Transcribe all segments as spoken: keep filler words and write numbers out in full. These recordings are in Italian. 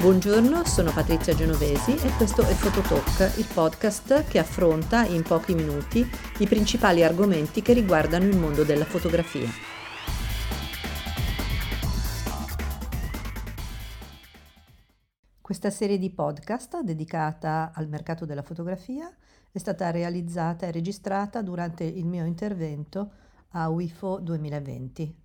Buongiorno, sono Patrizia Genovesi e questo è Fototalk, il podcast che affronta in pochi minuti i principali argomenti che riguardano il mondo della fotografia. Questa serie di podcast dedicata al mercato della fotografia è stata realizzata e registrata durante il mio intervento a U I F O duemilaventi.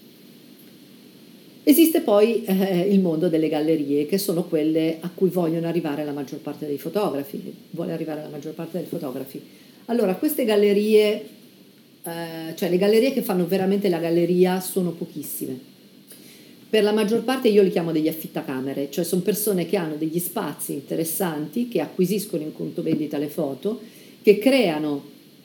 Esiste poi eh, il mondo delle gallerie, che sono quelle a cui vogliono arrivare la maggior parte dei fotografi, vuole arrivare la maggior parte dei fotografi. Allora, queste gallerie, eh, cioè le gallerie che fanno veramente la galleria sono pochissime. Per la maggior parte io li chiamo degli affittacamere, cioè sono persone che hanno degli spazi interessanti, che acquisiscono in conto vendita le foto, che creano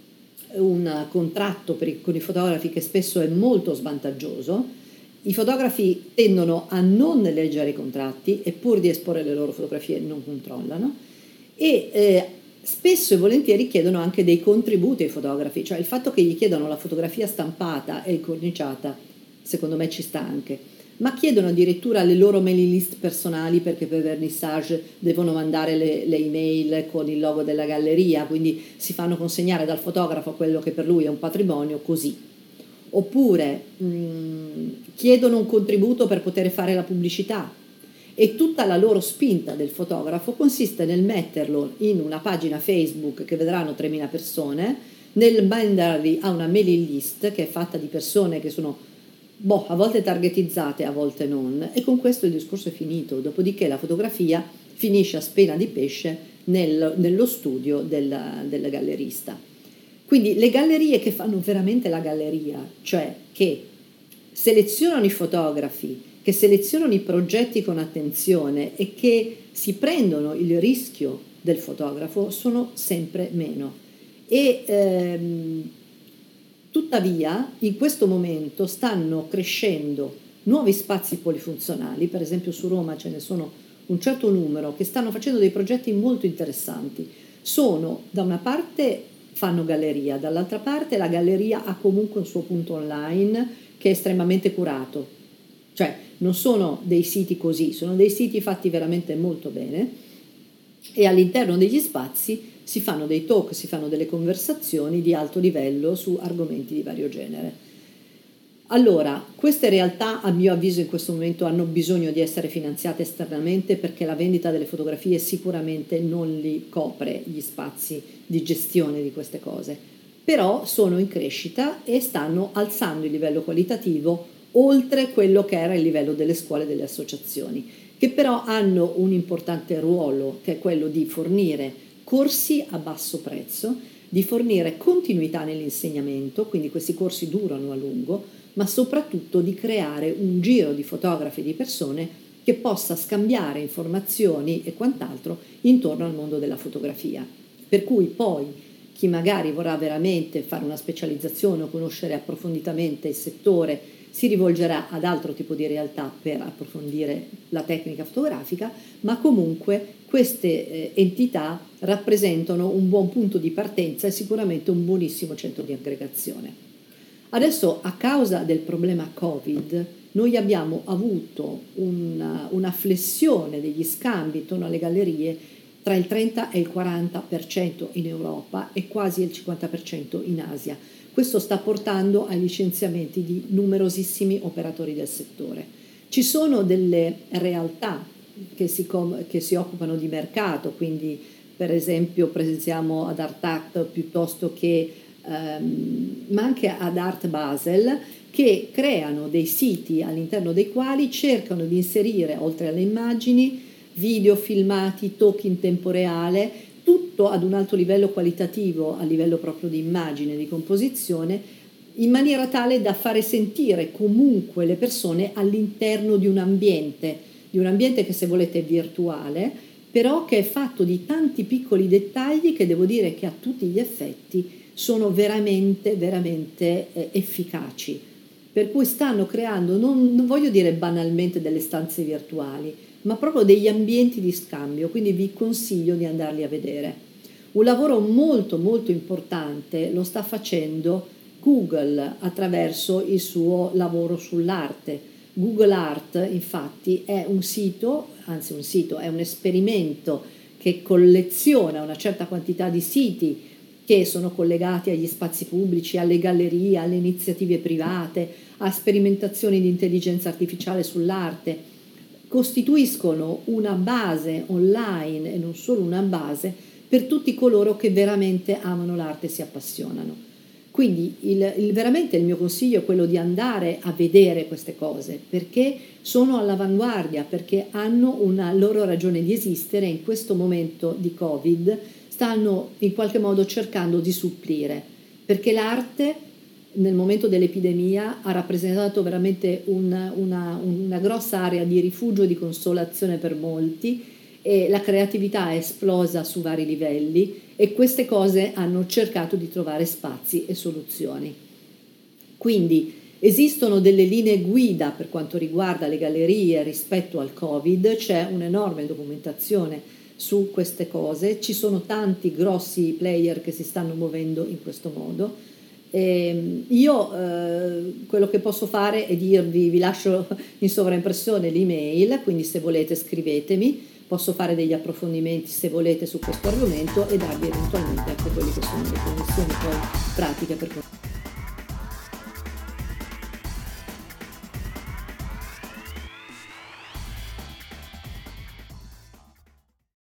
un contratto per i, con i fotografi che spesso è molto svantaggioso. I fotografi tendono a non leggere i contratti e pur di esporre le loro fotografie non controllano e eh, spesso e volentieri chiedono anche dei contributi ai fotografi, cioè il fatto che gli chiedano la fotografia stampata e incorniciata secondo me ci sta anche, ma chiedono addirittura le loro mailing list personali perché per vernissage devono mandare le, le email con il logo della galleria, quindi si fanno consegnare dal fotografo quello che per lui è un patrimonio così. Oppure mh, chiedono un contributo per poter fare la pubblicità e tutta la loro spinta del fotografo consiste nel metterlo in una pagina Facebook che vedranno tremila persone, nel mandarli a una mailing list che è fatta di persone che sono boh, a volte targetizzate, a volte non, e con questo il discorso è finito, dopodiché la fotografia finisce a spena di pesce nel, nello studio del, del gallerista. Quindi le gallerie che fanno veramente la galleria, cioè che selezionano i fotografi, che selezionano i progetti con attenzione e che si prendono il rischio del fotografo, sono sempre meno. E ehm, tuttavia in questo momento stanno crescendo nuovi spazi polifunzionali, per esempio su Roma ce ne sono un certo numero che stanno facendo dei progetti molto interessanti. Sono da una parte fanno galleria, dall'altra parte la galleria ha comunque un suo punto online che è estremamente curato, cioè non sono dei siti così, sono dei siti fatti veramente molto bene e all'interno degli spazi si fanno dei talk, si fanno delle conversazioni di alto livello su argomenti di vario genere. Allora, queste realtà a mio avviso in questo momento hanno bisogno di essere finanziate esternamente perché la vendita delle fotografie sicuramente non li copre gli spazi di gestione di queste cose, però sono in crescita e stanno alzando il livello qualitativo oltre quello che era il livello delle scuole e delle associazioni, che però hanno un importante ruolo che è quello di fornire corsi a basso prezzo, di fornire continuità nell'insegnamento, quindi questi corsi durano a lungo, ma soprattutto di creare un giro di fotografi e di persone che possa scambiare informazioni e quant'altro intorno al mondo della fotografia. Per cui poi chi magari vorrà veramente fare una specializzazione o conoscere approfonditamente il settore si rivolgerà ad altro tipo di realtà per approfondire la tecnica fotografica, ma comunque queste eh, entità rappresentano un buon punto di partenza e sicuramente un buonissimo centro di aggregazione. Adesso, a causa del problema Covid, noi abbiamo avuto una, una flessione degli scambi intorno alle gallerie tra il trenta e il quaranta per cento in Europa e quasi il cinquanta per cento in Asia. Questo sta portando ai licenziamenti di numerosissimi operatori del settore. Ci sono delle realtà che si, com- che si occupano di mercato, quindi per esempio presenziamo ad Artact piuttosto che ehm, ma anche ad Art Basel, che creano dei siti all'interno dei quali cercano di inserire, oltre alle immagini, video, filmati, talk in tempo reale, tutto ad un alto livello qualitativo, a livello proprio di immagine, di composizione, in maniera tale da fare sentire comunque le persone all'interno di un ambiente, di un ambiente che se volete è virtuale, però che è fatto di tanti piccoli dettagli che devo dire che a tutti gli effetti sono veramente, veramente eh, efficaci. Per cui stanno creando, non, non voglio dire banalmente delle stanze virtuali, ma proprio degli ambienti di scambio, quindi vi consiglio di andarli a vedere. Un lavoro molto molto importante lo sta facendo Google attraverso il suo lavoro sull'arte, Google Art infatti è un sito, anzi un sito, è un esperimento che colleziona una certa quantità di siti che sono collegati agli spazi pubblici, alle gallerie, alle iniziative private, a sperimentazioni di intelligenza artificiale sull'arte, costituiscono una base online e non solo una base per tutti coloro che veramente amano l'arte e si appassionano. Quindi il, il, veramente il mio consiglio è quello di andare a vedere queste cose, perché sono all'avanguardia, perché hanno una loro ragione di esistere. In questo momento di Covid stanno in qualche modo cercando di supplire, perché l'arte nel momento dell'epidemia ha rappresentato veramente una, una, una grossa area di rifugio e di consolazione per molti, e la creatività è esplosa su vari livelli e queste cose hanno cercato di trovare spazi e soluzioni. Quindi esistono delle linee guida per quanto riguarda le gallerie rispetto al Covid, c'è un'enorme documentazione su queste cose, ci sono tanti grossi player che si stanno muovendo in questo modo. E io eh, quello che posso fare è dirvi, vi lascio in sovraimpressione l'email, quindi se volete scrivetemi, posso fare degli approfondimenti se volete su questo argomento e darvi eventualmente anche quelle che sono le connessioni poi pratiche per